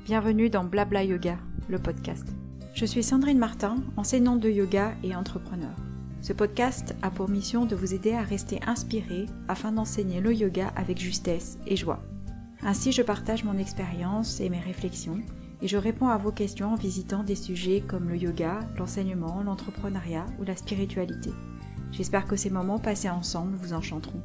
Bienvenue dans Blabla Yoga, le podcast. Je suis Sandrine Martin, enseignante de yoga et entrepreneur. Ce podcast a pour mission de vous aider à rester inspiré afin d'enseigner le yoga avec justesse et joie. Ainsi, je partage mon expérience et mes réflexions et je réponds à vos questions en visitant des sujets comme le yoga, l'enseignement, l'entrepreneuriat ou la spiritualité. J'espère que ces moments passés ensemble vous enchanteront.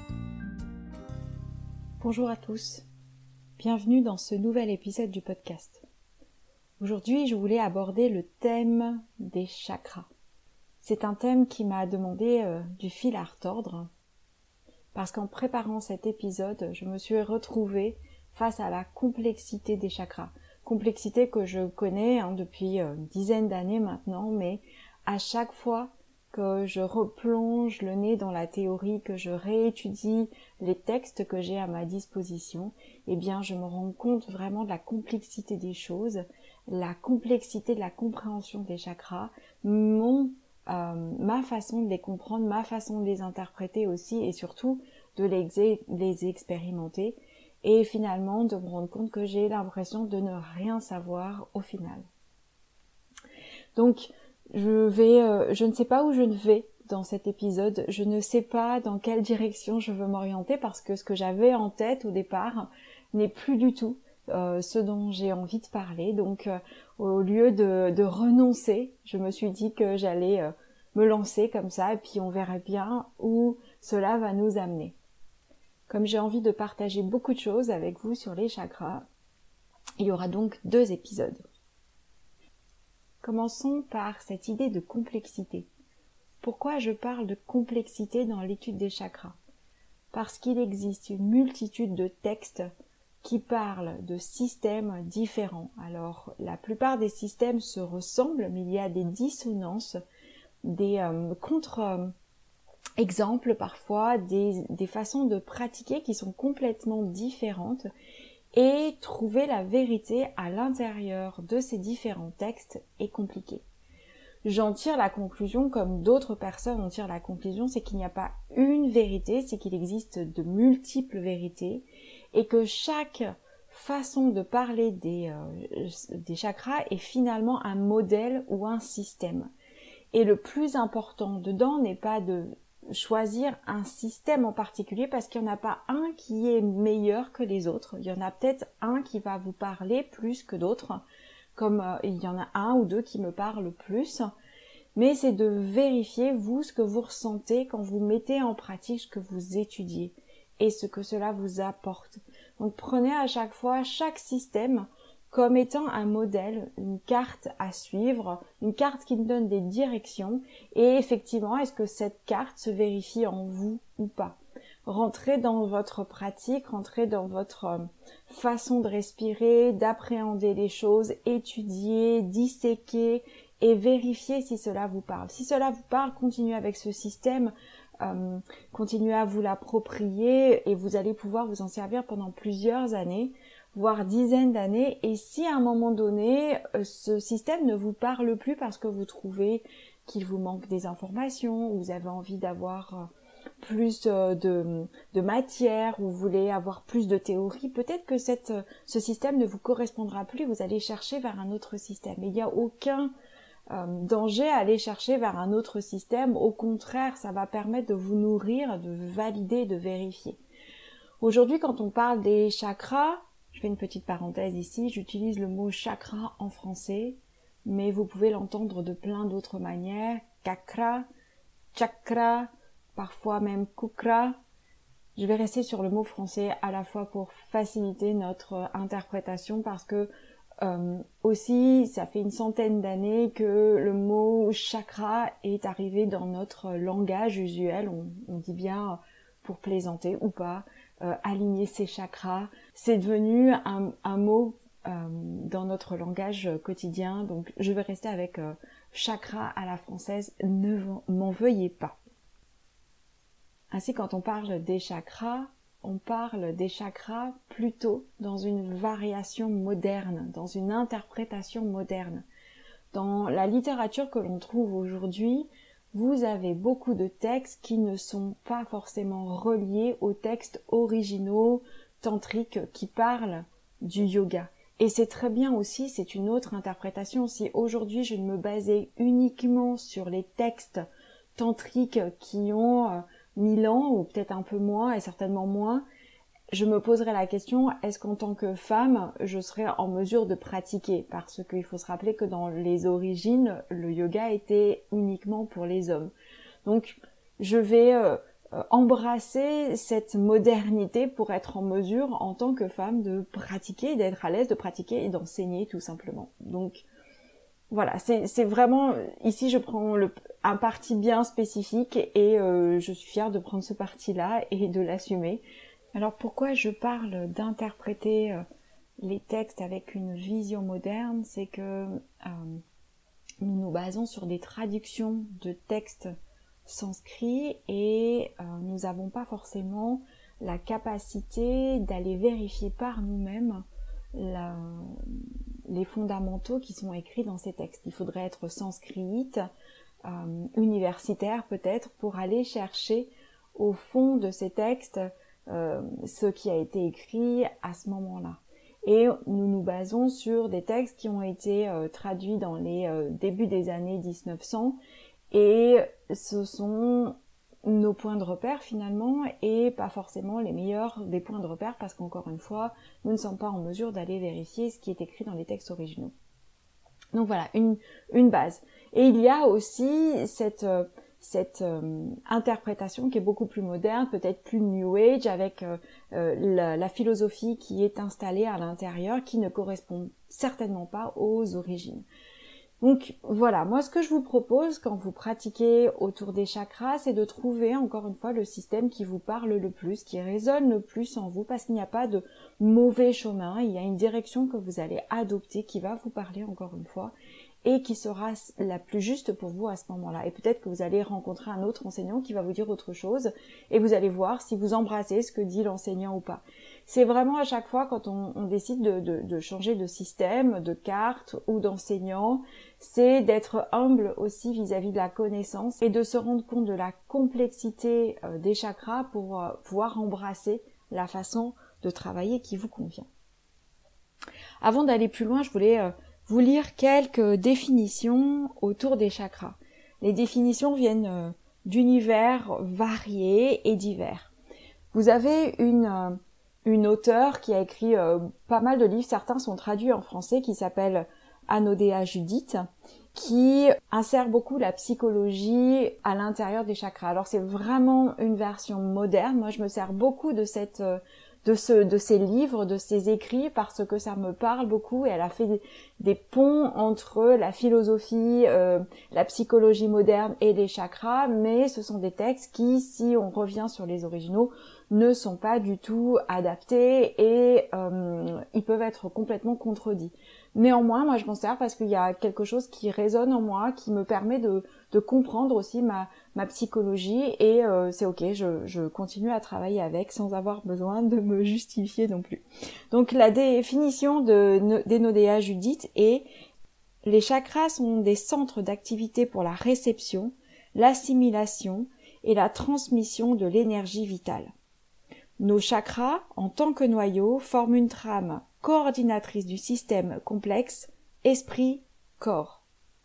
Bonjour à tous. Bienvenue dans ce nouvel épisode du podcast. Aujourd'hui, je voulais aborder le thème des chakras. C'est un thème qui m'a demandé du fil à retordre, parce qu'en préparant cet épisode, je me suis retrouvée face à la complexité des chakras. Complexité que je connais depuis une dizaine d'années maintenant, mais à chaque fois que je replonge le nez dans la théorie, que je réétudie les textes que j'ai à ma disposition, eh bien je me rends compte vraiment de la complexité des choses, la complexité de la compréhension des chakras, ma façon de les comprendre, ma façon de les interpréter aussi et surtout de les expérimenter et finalement de me rendre compte que j'ai l'impression de ne rien savoir au final. Donc je ne sais pas où je vais dans cet épisode, je ne sais pas dans quelle direction je veux m'orienter parce que ce que j'avais en tête au départ n'est plus du tout ce dont j'ai envie de parler. Donc au lieu de renoncer, je me suis dit que j'allais me lancer comme ça et puis on verrait bien où cela va nous amener. Comme j'ai envie de partager beaucoup de choses avec vous sur les chakras, il y aura donc 2 épisodes. Commençons par cette idée de complexité. Pourquoi je parle de complexité dans l'étude des chakras ? Parce qu'il existe une multitude de textes qui parlent de systèmes différents. Alors, la plupart des systèmes se ressemblent, mais il y a des dissonances, des contre-exemples parfois, des façons de pratiquer qui sont complètement différentes. Et trouver la vérité à l'intérieur de ces différents textes est compliqué. J'en tire la conclusion, comme d'autres personnes en tirent la conclusion, c'est qu'il n'y a pas une vérité, c'est qu'il existe de multiples vérités et que chaque façon de parler des chakras est finalement un modèle ou un système. Et le plus important dedans n'est pas de choisir un système en particulier parce qu'il n'y en a pas un qui est meilleur que les autres. Il y en a peut-être un qui va vous parler plus que d'autres, comme il y en a un ou deux qui me parlent plus. Mais c'est de vérifier, vous, ce que vous ressentez quand vous mettez en pratique ce que vous étudiez et ce que cela vous apporte. Donc prenez à chaque fois chaque système comme étant un modèle, une carte à suivre, une carte qui nous donne des directions et effectivement, est-ce que cette carte se vérifie en vous ou pas ? Rentrez dans votre pratique, rentrez dans votre façon de respirer, d'appréhender les choses, étudier, disséquer et vérifier si cela vous parle. Si cela vous parle, continuez avec ce système, continuez à vous l'approprier et vous allez pouvoir vous en servir pendant plusieurs années, voire dizaines d'années, et si à un moment donné, ce système ne vous parle plus parce que vous trouvez qu'il vous manque des informations, ou vous avez envie d'avoir plus de matière, ou vous voulez avoir plus de théorie, peut-être que ce système ne vous correspondra plus, vous allez chercher vers un autre système. Il n'y a aucun danger à aller chercher vers un autre système, au contraire, ça va permettre de vous nourrir, de valider, de vérifier. Aujourd'hui, quand on parle des chakras, je fais une petite parenthèse ici, j'utilise le mot chakra en français, mais vous pouvez l'entendre de plein d'autres manières. Kakra, chakra, parfois même kukra. Je vais rester sur le mot français à la fois pour faciliter notre interprétation parce que aussi, ça fait une centaine d'années que le mot chakra est arrivé dans notre langage usuel. On dit bien, pour plaisanter ou pas, aligner ses chakras. C'est devenu un mot dans notre langage quotidien. Donc, je vais rester avec chakra à la française. Ne m'en veuillez pas. Ainsi, quand on parle des chakras, on parle des chakras plutôt dans une variation moderne, dans une interprétation moderne. Dans la littérature que l'on trouve aujourd'hui, vous avez beaucoup de textes qui ne sont pas forcément reliés aux textes originaux tantriques qui parlent du yoga. Et c'est très bien aussi, c'est une autre interprétation. Si aujourd'hui je me basais uniquement sur les textes tantriques qui ont 1000 ans, ou peut-être un peu moins, et certainement moins, je me poserais la question, est-ce qu'en tant que femme, je serais en mesure de pratiquer? Parce qu'il faut se rappeler que dans les origines, le yoga était uniquement pour les hommes. Donc, je vais embrasser cette modernité pour être en mesure, en tant que femme, de pratiquer, d'être à l'aise, de pratiquer et d'enseigner tout simplement. Donc, voilà, c'est vraiment, ici je prends un parti bien spécifique et je suis fière de prendre ce parti-là et de l'assumer. Alors pourquoi je parle d'interpréter les textes avec une vision moderne, c'est que nous nous basons sur des traductions de textes sanscrits et nous n'avons pas forcément la capacité d'aller vérifier par nous-mêmes les fondamentaux qui sont écrits dans ces textes. Il faudrait être sanskrite, universitaire peut-être, pour aller chercher au fond de ces textes ce qui a été écrit à ce moment-là. Et nous nous basons sur des textes qui ont été traduits dans les débuts des années 1900 et ce sont nos points de repère finalement et pas forcément les meilleurs des points de repère parce qu'encore une fois, nous ne sommes pas en mesure d'aller vérifier ce qui est écrit dans les textes originaux. Donc voilà, une base. Et il y a aussi cette interprétation qui est beaucoup plus moderne, peut-être plus New Age, avec la philosophie qui est installée à l'intérieur, qui ne correspond certainement pas aux origines. Donc voilà, moi ce que je vous propose quand vous pratiquez autour des chakras, c'est de trouver encore une fois le système qui vous parle le plus, qui résonne le plus en vous, parce qu'il n'y a pas de mauvais chemin, il y a une direction que vous allez adopter qui va vous parler encore une fois et qui sera la plus juste pour vous à ce moment-là. Et peut-être que vous allez rencontrer un autre enseignant qui va vous dire autre chose et vous allez voir si vous embrassez ce que dit l'enseignant ou pas. C'est vraiment à chaque fois quand on décide de changer de système, de carte ou d'enseignant, c'est d'être humble aussi vis-à-vis de la connaissance et de se rendre compte de la complexité des chakras pour pouvoir embrasser la façon de travailler qui vous convient. Avant d'aller plus loin, je voulais vous lire quelques définitions autour des chakras. Les définitions viennent d'univers variés et divers. Vous avez une auteure qui a écrit pas mal de livres, certains sont traduits en français, qui s'appelle Anodea Judith, qui insère beaucoup la psychologie à l'intérieur des chakras. Alors c'est vraiment une version moderne. Moi je me sers beaucoup de ces livres, de ces écrits, parce que ça me parle beaucoup et elle a fait des ponts entre la philosophie, la psychologie moderne et les chakras, mais ce sont des textes qui, si on revient sur les originaux, ne sont pas du tout adaptés et ils peuvent être complètement contredits. Néanmoins, moi je m'en sers parce qu'il y a quelque chose qui résonne en moi, qui me permet de comprendre aussi ma psychologie et c'est ok, je continue à travailler avec sans avoir besoin de me justifier non plus. Donc la définition d'Enodea Judith est: les chakras sont des centres d'activité pour la réception, l'assimilation et la transmission de l'énergie vitale. Nos chakras, en tant que noyaux, forment une trame coordinatrice du système complexe esprit-corps.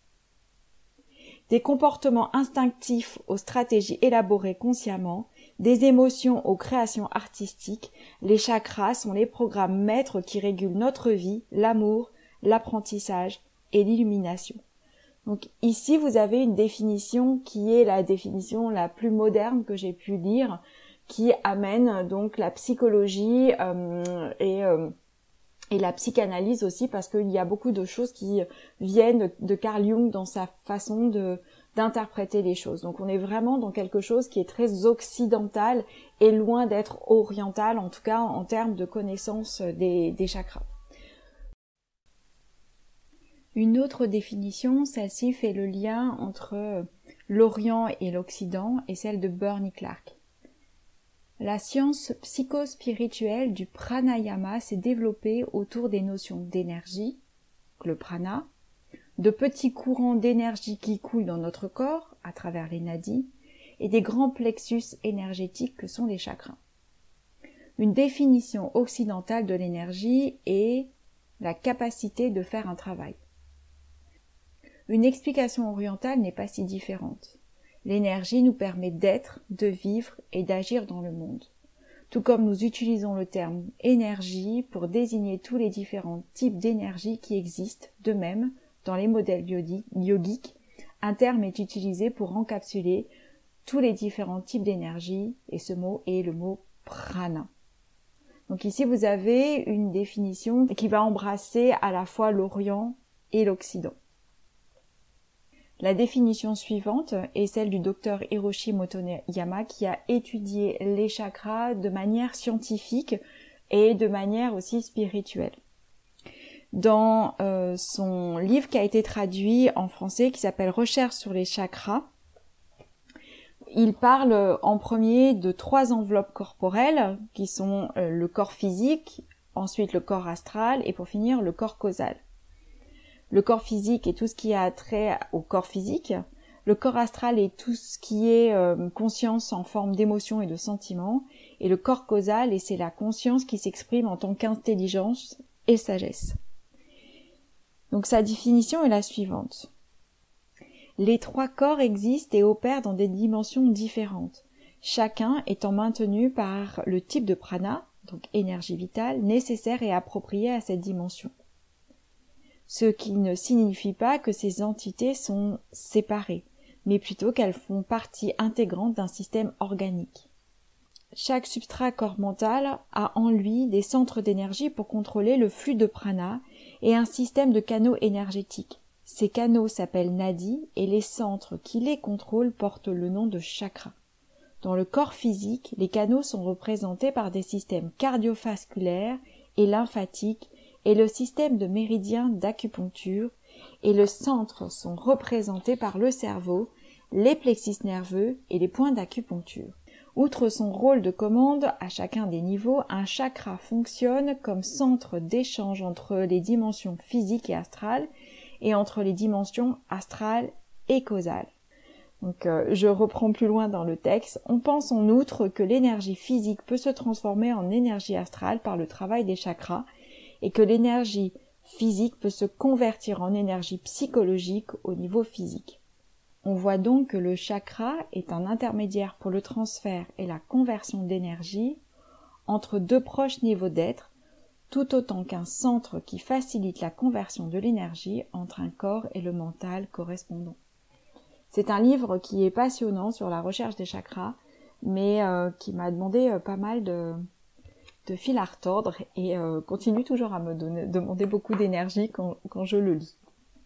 Des comportements instinctifs aux stratégies élaborées consciemment, des émotions aux créations artistiques, les chakras sont les programmes maîtres qui régulent notre vie, l'amour, l'apprentissage et l'illumination. Donc ici, vous avez une définition qui est la définition la plus moderne que j'ai pu lire, qui amène donc la psychologie et la psychanalyse aussi, parce qu'il y a beaucoup de choses qui viennent de Carl Jung dans sa façon d'interpréter les choses. Donc on est vraiment dans quelque chose qui est très occidental et loin d'être oriental, en tout cas en termes de connaissance des chakras. Une autre définition, celle-ci fait le lien entre l'Orient et l'Occident, et celle de Bernie Clark. La science psychospirituelle du pranayama s'est développée autour des notions d'énergie, le prana, de petits courants d'énergie qui coulent dans notre corps à travers les nadis et des grands plexus énergétiques que sont les chakras. Une définition occidentale de l'énergie est la capacité de faire un travail. Une explication orientale n'est pas si différente. L'énergie nous permet d'être, de vivre et d'agir dans le monde. Tout comme nous utilisons le terme énergie pour désigner tous les différents types d'énergie qui existent, de même, dans les modèles yogiques, un terme est utilisé pour encapsuler tous les différents types d'énergie, et ce mot est le mot prana. Donc ici vous avez une définition qui va embrasser à la fois l'Orient et l'Occident. La définition suivante est celle du docteur Hiroshi Motoyama qui a étudié les chakras de manière scientifique et de manière aussi spirituelle. Dans son livre qui a été traduit en français qui s'appelle Recherche sur les chakras, il parle en premier de 3 enveloppes corporelles qui sont le corps physique, ensuite le corps astral et pour finir le corps causal. Le corps physique est tout ce qui a trait au corps physique. Le corps astral est tout ce qui est conscience en forme d'émotion et de sentiments. Et le corps causal, et c'est la conscience qui s'exprime en tant qu'intelligence et sagesse. Donc sa définition est la suivante. Les 3 corps existent et opèrent dans des dimensions différentes, chacun étant maintenu par le type de prana, donc énergie vitale, nécessaire et appropriée à cette dimension. Ce qui ne signifie pas que ces entités sont séparées, mais plutôt qu'elles font partie intégrante d'un système organique. Chaque substrat corps mental a en lui des centres d'énergie pour contrôler le flux de prana et un système de canaux énergétiques. Ces canaux s'appellent nadis et les centres qui les contrôlent portent le nom de chakras. Dans le corps physique, les canaux sont représentés par des systèmes cardiovasculaires et lymphatiques et le système de méridiens d'acupuncture, et les centres sont représentés par le cerveau, les plexus nerveux et les points d'acupuncture. Outre son rôle de commande à chacun des niveaux, un chakra fonctionne comme centre d'échange entre les dimensions physiques et astrales et entre les dimensions astrales et causales. Donc, je reprends plus loin dans le texte. On pense en outre que l'énergie physique peut se transformer en énergie astrale par le travail des chakras et que l'énergie physique peut se convertir en énergie psychologique au niveau physique. On voit donc que le chakra est un intermédiaire pour le transfert et la conversion d'énergie entre 2 proches niveaux d'être, tout autant qu'un centre qui facilite la conversion de l'énergie entre un corps et le mental correspondant. C'est un livre qui est passionnant sur la recherche des chakras, mais qui m'a demandé pas mal de fil à retordre et continue toujours à me demander beaucoup d'énergie quand je le lis.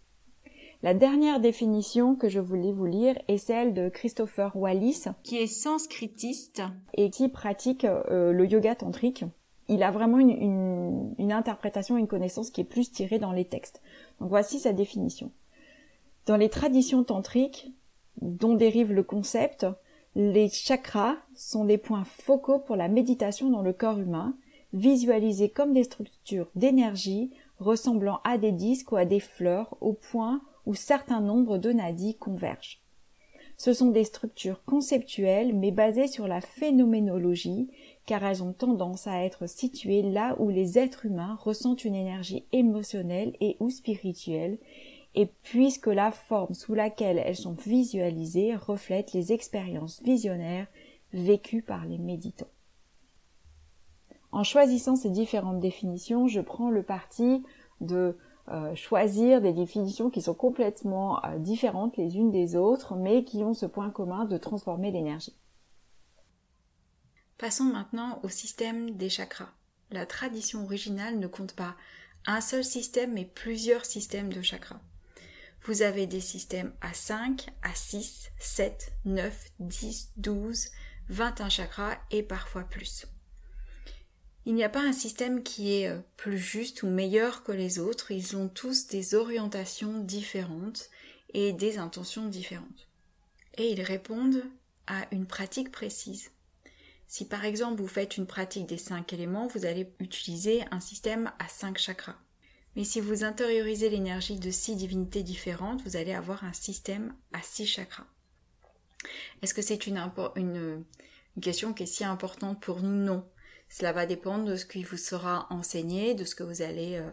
La dernière définition que je voulais vous lire est celle de Christopher Wallis, qui est sanskritiste et qui pratique le yoga tantrique. Il a vraiment une interprétation, une connaissance qui est plus tirée dans les textes. Donc voici sa définition. Dans les traditions tantriques, dont dérive le concept, les chakras sont des points focaux pour la méditation dans le corps humain, visualisés comme des structures d'énergie ressemblant à des disques ou à des fleurs au point où certains nombres de nadis convergent. Ce sont des structures conceptuelles mais basées sur la phénoménologie car elles ont tendance à être situées là où les êtres humains ressentent une énergie émotionnelle et ou spirituelle et puisque la forme sous laquelle elles sont visualisées reflète les expériences visionnaires vécues par les méditants. En choisissant ces différentes définitions, je prends le parti de choisir des définitions qui sont complètement différentes les unes des autres, mais qui ont ce point commun de transformer l'énergie. Passons maintenant au système des chakras. La tradition originale ne compte pas un seul système, mais plusieurs systèmes de chakras. Vous avez des systèmes à 5, à 6, 7, 9, 10, 12, 21 chakras et parfois plus. Il n'y a pas un système qui est plus juste ou meilleur que les autres, ils ont tous des orientations différentes et des intentions différentes. Et ils répondent à une pratique précise. Si par exemple vous faites une pratique des 5 éléments, vous allez utiliser un système à 5 chakras. Mais si vous intériorisez l'énergie de 6 divinités différentes, vous allez avoir un système à 6 chakras. Est-ce que c'est une question qui est si importante pour nous? Non. Cela va dépendre de ce qui vous sera enseigné, de ce que vous allez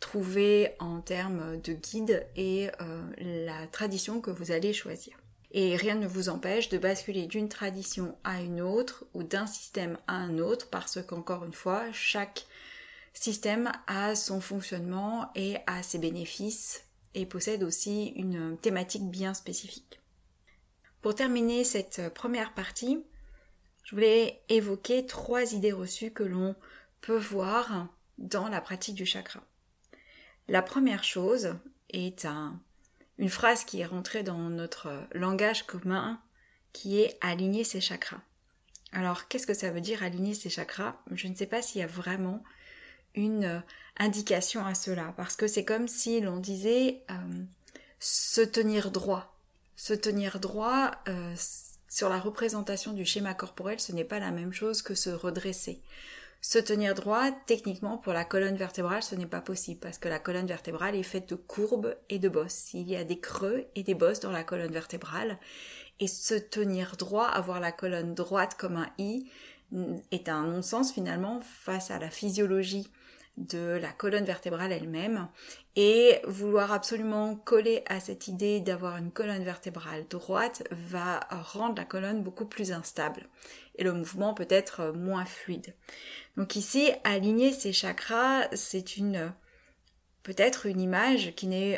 trouver en termes de guide et la tradition que vous allez choisir. Et rien ne vous empêche de basculer d'une tradition à une autre ou d'un système à un autre parce qu'encore une fois, chaque système a son fonctionnement et a ses bénéfices et possède aussi une thématique bien spécifique. Pour terminer cette première partie, je voulais évoquer 3 idées reçues que l'on peut voir dans la pratique du chakra. La première chose est une phrase qui est rentrée dans notre langage commun, qui est aligner ses chakras. Alors, qu'est-ce que ça veut dire aligner ses chakras ? Je ne sais pas s'il y a vraiment une indication à cela, parce que c'est comme si l'on disait se tenir droit. Se tenir droit sur la représentation du schéma corporel, ce n'est pas la même chose que se redresser. Se tenir droit, techniquement, pour la colonne vertébrale, ce n'est pas possible, parce que la colonne vertébrale est faite de courbes et de bosses. Il y a des creux et des bosses dans la colonne vertébrale, et se tenir droit, avoir la colonne droite comme un I, est un non-sens finalement face à la physiologie de la colonne vertébrale elle-même, et vouloir absolument coller à cette idée d'avoir une colonne vertébrale droite va rendre la colonne beaucoup plus instable et le mouvement peut être moins fluide. Donc ici, aligner ces chakras, c'est peut-être une image qui n'est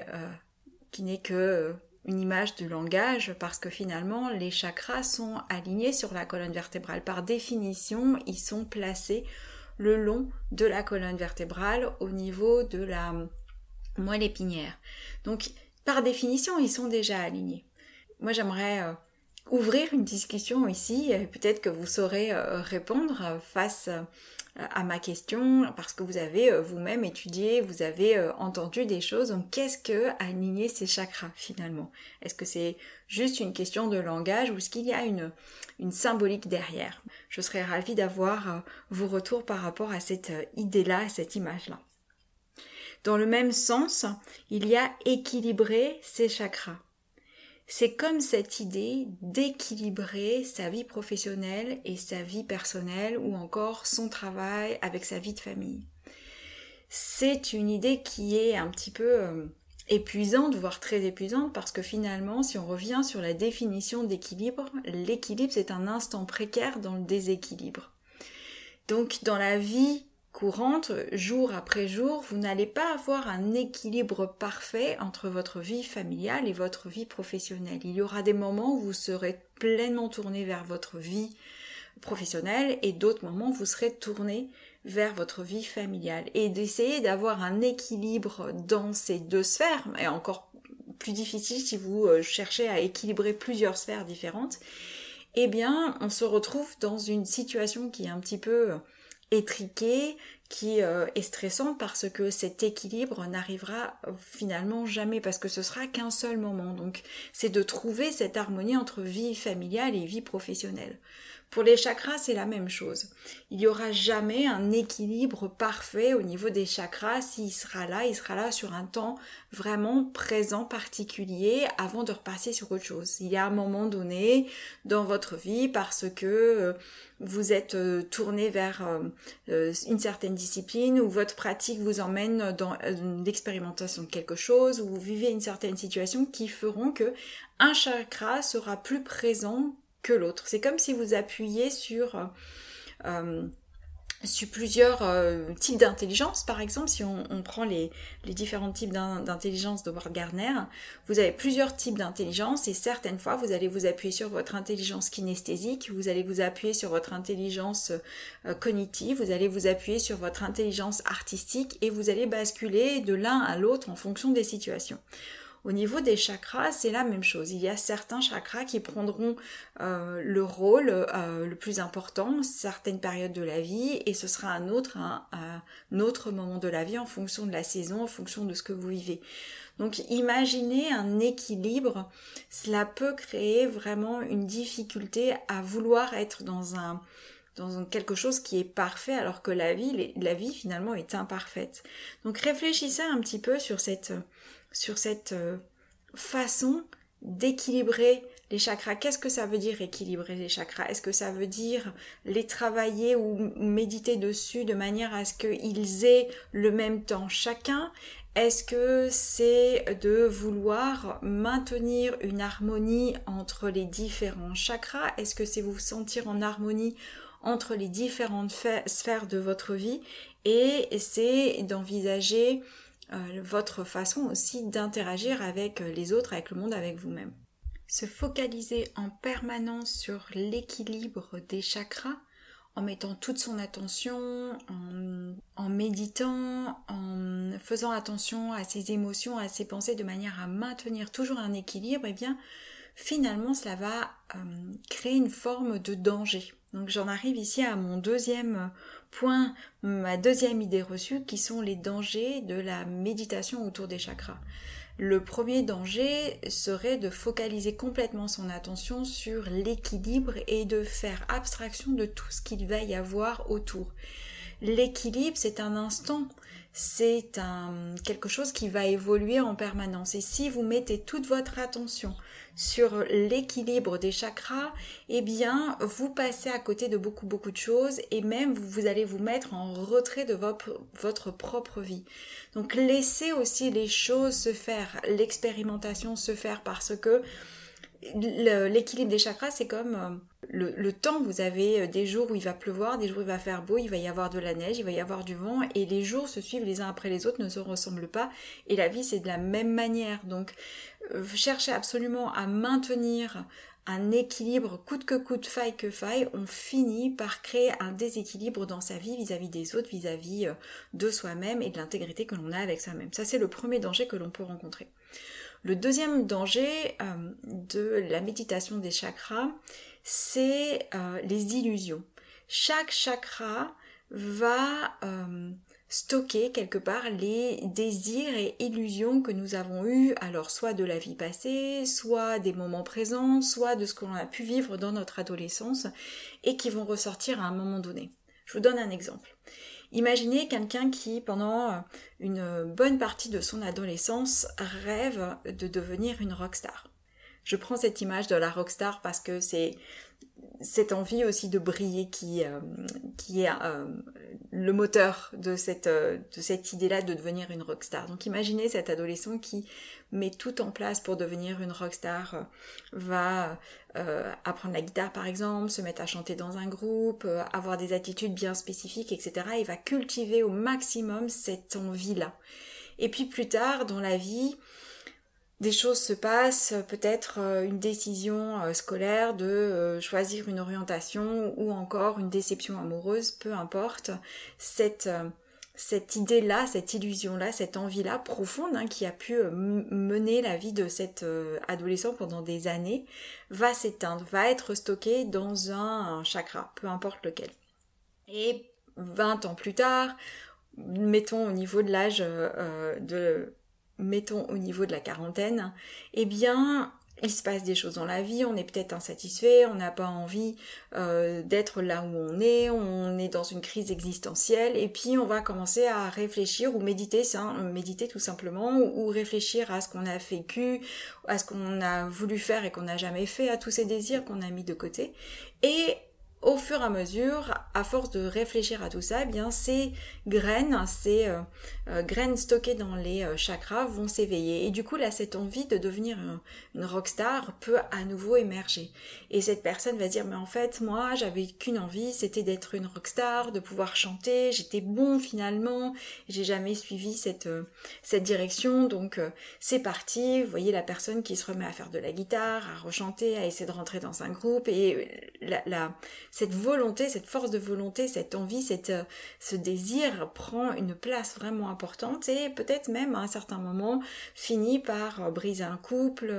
que une image de langage, parce que finalement les chakras sont alignés sur la colonne vertébrale. Par définition, ils sont placés le long de la colonne vertébrale au niveau de la moelle épinière. Donc, par définition, ils sont déjà alignés. Moi, j'aimerais ouvrir une discussion ici, et peut-être que vous saurez répondre face à ma question, parce que vous avez vous-même étudié, vous avez entendu des choses. Donc, qu'est-ce que aligner ces chakras finalement ? Est-ce que c'est juste une question de langage ou est-ce qu'il y a une symbolique derrière ? Je serais ravie d'avoir vos retours par rapport à cette idée-là, à cette image-là. Dans le même sens, il y a équilibrer ces chakras. C'est comme cette idée d'équilibrer sa vie professionnelle et sa vie personnelle ou encore son travail avec sa vie de famille. C'est une idée qui est un petit peu épuisante, voire très épuisante, parce que finalement, si on revient sur la définition d'équilibre, l'équilibre c'est un instant précaire dans le déséquilibre. Donc dans la vie courante, jour après jour, vous n'allez pas avoir un équilibre parfait entre votre vie familiale et votre vie professionnelle. Il y aura des moments où vous serez pleinement tourné vers votre vie professionnelle et d'autres moments où vous serez tourné vers votre vie familiale. Et d'essayer d'avoir un équilibre dans ces 2 sphères, et encore plus difficile si vous cherchez à équilibrer plusieurs sphères différentes, eh bien, on se retrouve dans une situation qui est un petit peu étriquée, qui est stressante parce que cet équilibre n'arrivera finalement jamais, parce que ce sera qu'un seul moment. Donc c'est de trouver cette harmonie entre vie familiale et vie professionnelle. Pour les chakras, c'est la même chose. Il n'y aura jamais un équilibre parfait au niveau des chakras. S'il sera là sur un temps vraiment présent, particulier, avant de repasser sur autre chose. Il y a un moment donné dans votre vie, parce que vous êtes tourné vers une certaine discipline, ou votre pratique vous emmène dans l'expérimentation de quelque chose, ou vous vivez une certaine situation qui feront que un chakra sera plus présent que l'autre. C'est comme si vous appuyez sur plusieurs types d'intelligence. Par exemple, si on prend les différents types d'intelligence de Howard Gardner, vous avez plusieurs types d'intelligence et certaines fois, vous allez vous appuyer sur votre intelligence kinesthésique, vous allez vous appuyer sur votre intelligence cognitive, vous allez vous appuyer sur votre intelligence artistique et vous allez basculer de l'un à l'autre en fonction des situations. Au niveau des chakras, c'est la même chose. Il y a certains chakras qui prendront le rôle le plus important certaines périodes de la vie, et ce sera un autre moment de la vie en fonction de la saison, en fonction de ce que vous vivez. Donc imaginez un équilibre, cela peut créer vraiment une difficulté à vouloir être dans quelque chose qui est parfait, alors que la vie finalement est imparfaite. Donc réfléchissez un petit peu sur cette façon d'équilibrer les chakras. Qu'est-ce que ça veut dire équilibrer les chakras? Est-ce que ça veut dire les travailler ou méditer dessus de manière à ce qu'ils aient le même temps chacun? Est-ce que c'est de vouloir maintenir une harmonie entre les différents chakras? Est-ce que c'est vous sentir en harmonie entre les différentes sphères de votre vie? Et c'est d'envisager votre façon aussi d'interagir avec les autres, avec le monde, avec vous-même. Se focaliser en permanence sur l'équilibre des chakras, en mettant toute son attention, en méditant, en faisant attention à ses émotions, à ses pensées, de manière à maintenir toujours un équilibre, et bien finalement cela va créer une forme de danger. Donc j'en arrive ici à mon deuxième point, ma deuxième idée reçue, qui sont les dangers de la méditation autour des chakras. Le premier danger serait de focaliser complètement son attention sur l'équilibre et de faire abstraction de tout ce qu'il va y avoir autour. L'équilibre, c'est un instant, c'est quelque chose qui va évoluer en permanence. Et si vous mettez toute votre attention sur l'équilibre des chakras, eh bien, vous passez à côté de beaucoup de choses et même vous allez vous mettre en retrait de votre propre vie. Donc, laissez aussi les choses se faire, l'expérimentation se faire, parce que l'équilibre des chakras, c'est comme le temps. Vous avez des jours où il va pleuvoir, des jours où il va faire beau, il va y avoir de la neige, il va y avoir du vent, et les jours se suivent les uns après les autres, ne se ressemblent pas, et la vie c'est de la même manière. Donc cherchez absolument à maintenir un équilibre coûte que coûte, faille que faille. On finit par créer un déséquilibre dans sa vie vis-à-vis des autres, vis-à-vis de soi-même et de l'intégrité que l'on a avec soi-même. Ça, c'est le premier danger que l'on peut rencontrer. Le deuxième danger de la méditation des chakras, c'est les illusions. Chaque chakra va stocker quelque part les désirs et illusions que nous avons eus, alors soit de la vie passée, soit des moments présents, soit de ce que l'on a pu vivre dans notre adolescence et qui vont ressortir à un moment donné. Je vous donne un exemple. Imaginez quelqu'un qui, pendant une bonne partie de son adolescence, rêve de devenir une rockstar. Je prends cette image de la rockstar parce que c'est cette envie aussi de briller qui est le moteur de cette idée-là de devenir une rockstar. Donc imaginez cet adolescent qui met tout en place pour devenir une rockstar, va apprendre la guitare par exemple, se mettre à chanter dans un groupe, avoir des attitudes bien spécifiques, etc. Il va cultiver au maximum cette envie-là. Et puis plus tard dans la vie, des choses se passent, peut-être une décision scolaire de choisir une orientation ou encore une déception amoureuse, peu importe, cette idée-là, cette illusion-là, cette envie-là profonde qui a pu mener la vie de cet adolescent pendant des années, va s'éteindre, va être stockée dans un chakra, peu importe lequel. Et 20 ans plus tard, mettons au niveau de l'âge mettons au niveau de la quarantaine, eh bien, il se passe des choses dans la vie, on est peut-être insatisfait, on n'a pas envie d'être là où on est dans une crise existentielle, et puis on va commencer à réfléchir ou méditer tout simplement, ou réfléchir à ce qu'on a vécu, à ce qu'on a voulu faire et qu'on n'a jamais fait, à tous ces désirs qu'on a mis de côté, et au fur et à mesure, à force de réfléchir à tout ça, eh bien ces graines stockées dans les chakras vont s'éveiller. Et du coup, là, cette envie de devenir une rockstar peut à nouveau émerger. Et cette personne va dire, mais en fait, moi, j'avais qu'une envie, c'était d'être une rockstar, de pouvoir chanter, j'étais bon finalement, j'ai jamais suivi cette direction, donc c'est parti. Vous voyez la personne qui se remet à faire de la guitare, à rechanter, à essayer de rentrer dans un groupe, et cette volonté, cette force de volonté, cette envie, ce désir prend une place vraiment importante et peut-être même à un certain moment finit par briser un couple,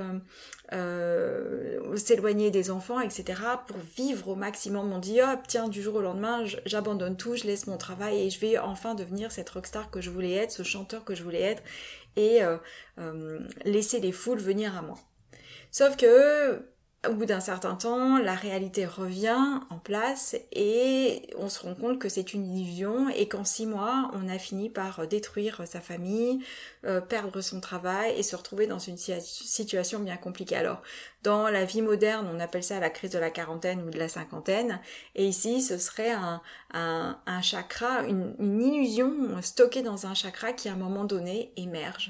s'éloigner des enfants, etc. pour vivre au maximum. On dit, oh tiens, du jour au lendemain, j'abandonne tout, je laisse mon travail et je vais enfin devenir cette rockstar que je voulais être, ce chanteur que je voulais être et laisser les foules venir à moi. Sauf que au bout d'un certain temps, la réalité revient en place et on se rend compte que c'est une illusion et qu'en 6 mois, on a fini par détruire sa famille, perdre son travail et se retrouver dans une situation bien compliquée. Alors, dans la vie moderne, on appelle ça la crise de la quarantaine ou de la cinquantaine. Et ici, ce serait un chakra, une illusion stockée dans un chakra qui, à un moment donné, émerge.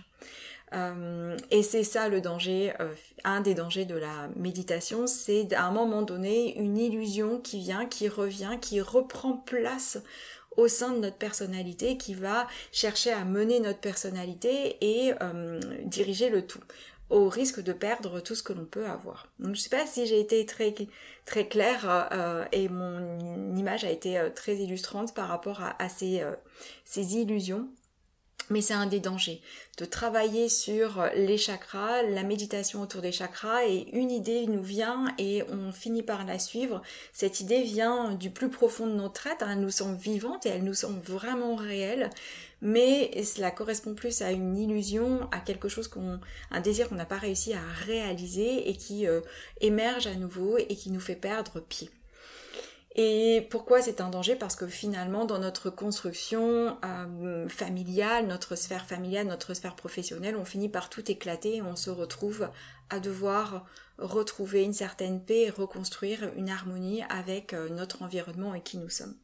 Et c'est ça le danger, un des dangers de la méditation, c'est à un moment donné une illusion qui vient, qui revient, qui reprend place au sein de notre personnalité, qui va chercher à mener notre personnalité et diriger le tout, au risque de perdre tout ce que l'on peut avoir. Donc je sais pas si j'ai été très très claire et mon image a été très illustrante par rapport à ces illusions. Mais c'est un des dangers, de travailler sur les chakras, la méditation autour des chakras, et une idée nous vient et on finit par la suivre. Cette idée vient du plus profond de notre être, elle nous semble vivante et elle nous semble vraiment réelle, mais cela correspond plus à une illusion, à quelque chose un désir qu'on n'a pas réussi à réaliser et qui émerge à nouveau et qui nous fait perdre pied. Et pourquoi c'est un danger? Parce que finalement, dans notre construction familiale, notre sphère professionnelle, on finit par tout éclater et on se retrouve à devoir retrouver une certaine paix et reconstruire une harmonie avec notre environnement et qui nous sommes.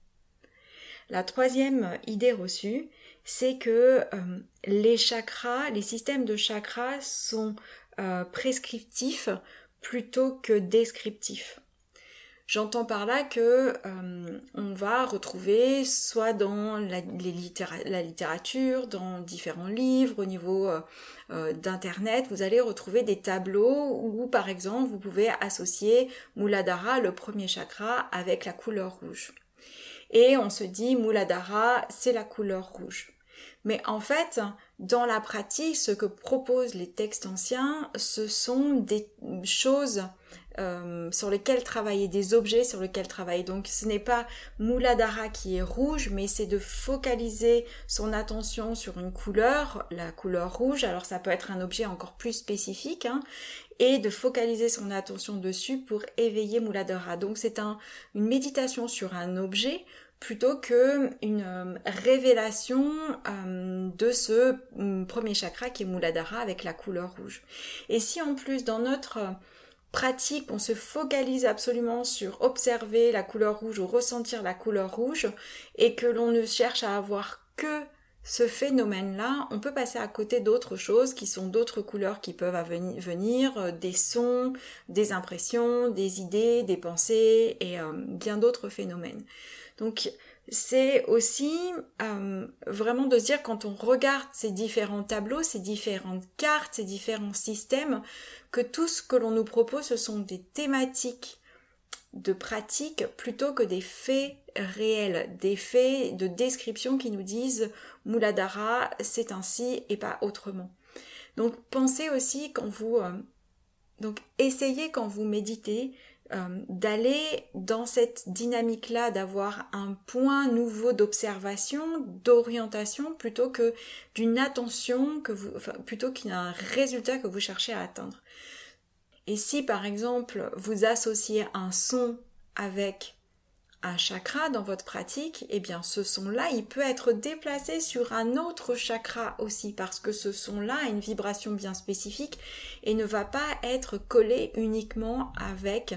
La troisième idée reçue, c'est que les chakras, les systèmes de chakras sont prescriptifs plutôt que descriptifs. J'entends par là que on va retrouver soit dans la littérature, dans différents livres, au niveau d'internet, vous allez retrouver des tableaux où par exemple vous pouvez associer Muladhara, le premier chakra, avec la couleur rouge. Et on se dit Muladhara, c'est la couleur rouge. Mais en fait, dans la pratique, ce que proposent les textes anciens, ce sont des choses sur lesquelles travailler, des objets sur lesquels travailler. Donc ce n'est pas Muladhara qui est rouge, mais c'est de focaliser son attention sur une couleur, la couleur rouge. Alors ça peut être un objet encore plus spécifique, et de focaliser son attention dessus pour éveiller Muladhara. Donc c'est une méditation sur un objet plutôt que une révélation de ce premier chakra qui est Muladhara avec la couleur rouge. Et si en plus dans notre pratique on se focalise absolument sur observer la couleur rouge ou ressentir la couleur rouge et que l'on ne cherche à avoir que ce phénomène-là, on peut passer à côté d'autres choses qui sont d'autres couleurs qui peuvent venir, des sons, des impressions, des idées, des pensées et bien d'autres phénomènes. Donc c'est aussi vraiment de se dire quand on regarde ces différents tableaux, ces différentes cartes, ces différents systèmes, que tout ce que l'on nous propose ce sont des thématiques de pratique plutôt que des faits réels, des faits de description qui nous disent Muladhara c'est ainsi et pas autrement. Donc pensez aussi quand vous essayez quand vous méditez d'aller dans cette dynamique-là, d'avoir un point nouveau d'observation, d'orientation, plutôt que d'une attention plutôt qu'un résultat que vous cherchez à atteindre. Et si par exemple vous associez un son avec un chakra dans votre pratique, eh bien ce son-là, il peut être déplacé sur un autre chakra aussi, parce que ce son-là a une vibration bien spécifique et ne va pas être collé uniquement avec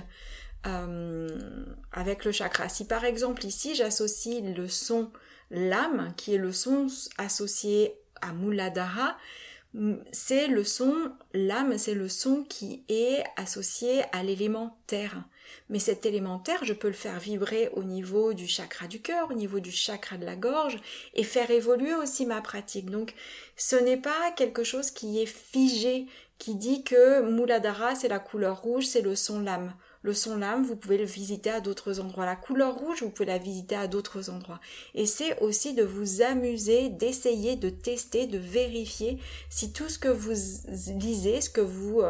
le chakra. Si par exemple ici j'associe le son Lam, qui est le son associé à Muladhara, c'est le son Lam, c'est le son qui est associé à l'élément terre. Mais cet élément terre, je peux le faire vibrer au niveau du chakra du cœur, au niveau du chakra de la gorge et faire évoluer aussi ma pratique. Donc ce n'est pas quelque chose qui est figé, qui dit que Muladhara c'est la couleur rouge, c'est le son Lam. Le son Lam, vous pouvez le visiter à d'autres endroits. La couleur rouge, vous pouvez la visiter à d'autres endroits. Et c'est aussi de vous amuser, d'essayer, de tester, de vérifier si tout ce que vous lisez, ce que vous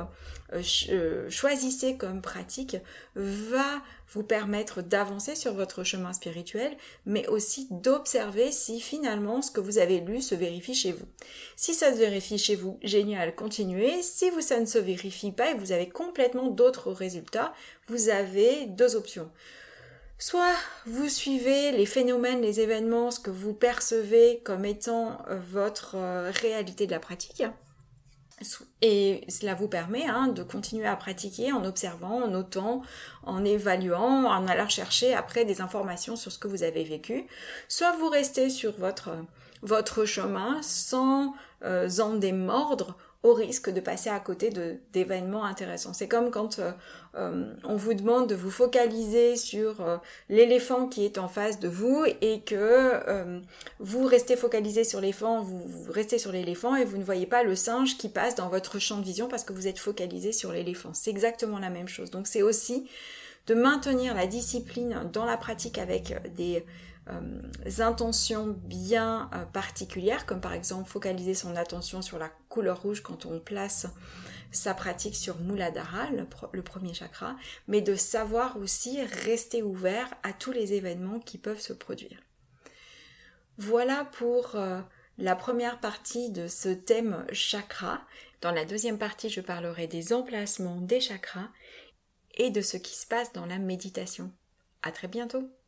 choisissez comme pratique va vous permettre d'avancer sur votre chemin spirituel, mais aussi d'observer si finalement ce que vous avez lu se vérifie chez vous. Si ça se vérifie chez vous, génial, continuez. Si ça ne se vérifie pas et que vous avez complètement d'autres résultats, vous avez deux options. Soit vous suivez les phénomènes, les événements, ce que vous percevez comme étant votre réalité de la pratique, et cela vous permet de continuer à pratiquer en observant, en notant, en évaluant, en allant chercher après des informations sur ce que vous avez vécu. Soit vous restez sur votre chemin sans en démordre, au risque de passer à côté d'événements intéressants. C'est comme quand on vous demande de vous focaliser sur l'éléphant qui est en face de vous et que vous restez focalisé sur l'éléphant, vous restez sur l'éléphant et vous ne voyez pas le singe qui passe dans votre champ de vision parce que vous êtes focalisé sur l'éléphant. C'est exactement la même chose. Donc c'est aussi de maintenir la discipline dans la pratique avec des intentions bien particulières, comme par exemple focaliser son attention sur la couleur rouge quand on place sa pratique sur Muladhara, le premier chakra, mais de savoir aussi rester ouvert à tous les événements qui peuvent se produire. Voilà pour la première partie de ce thème chakra. Dans la deuxième partie, je parlerai des emplacements des chakras et de ce qui se passe dans la méditation. À très bientôt!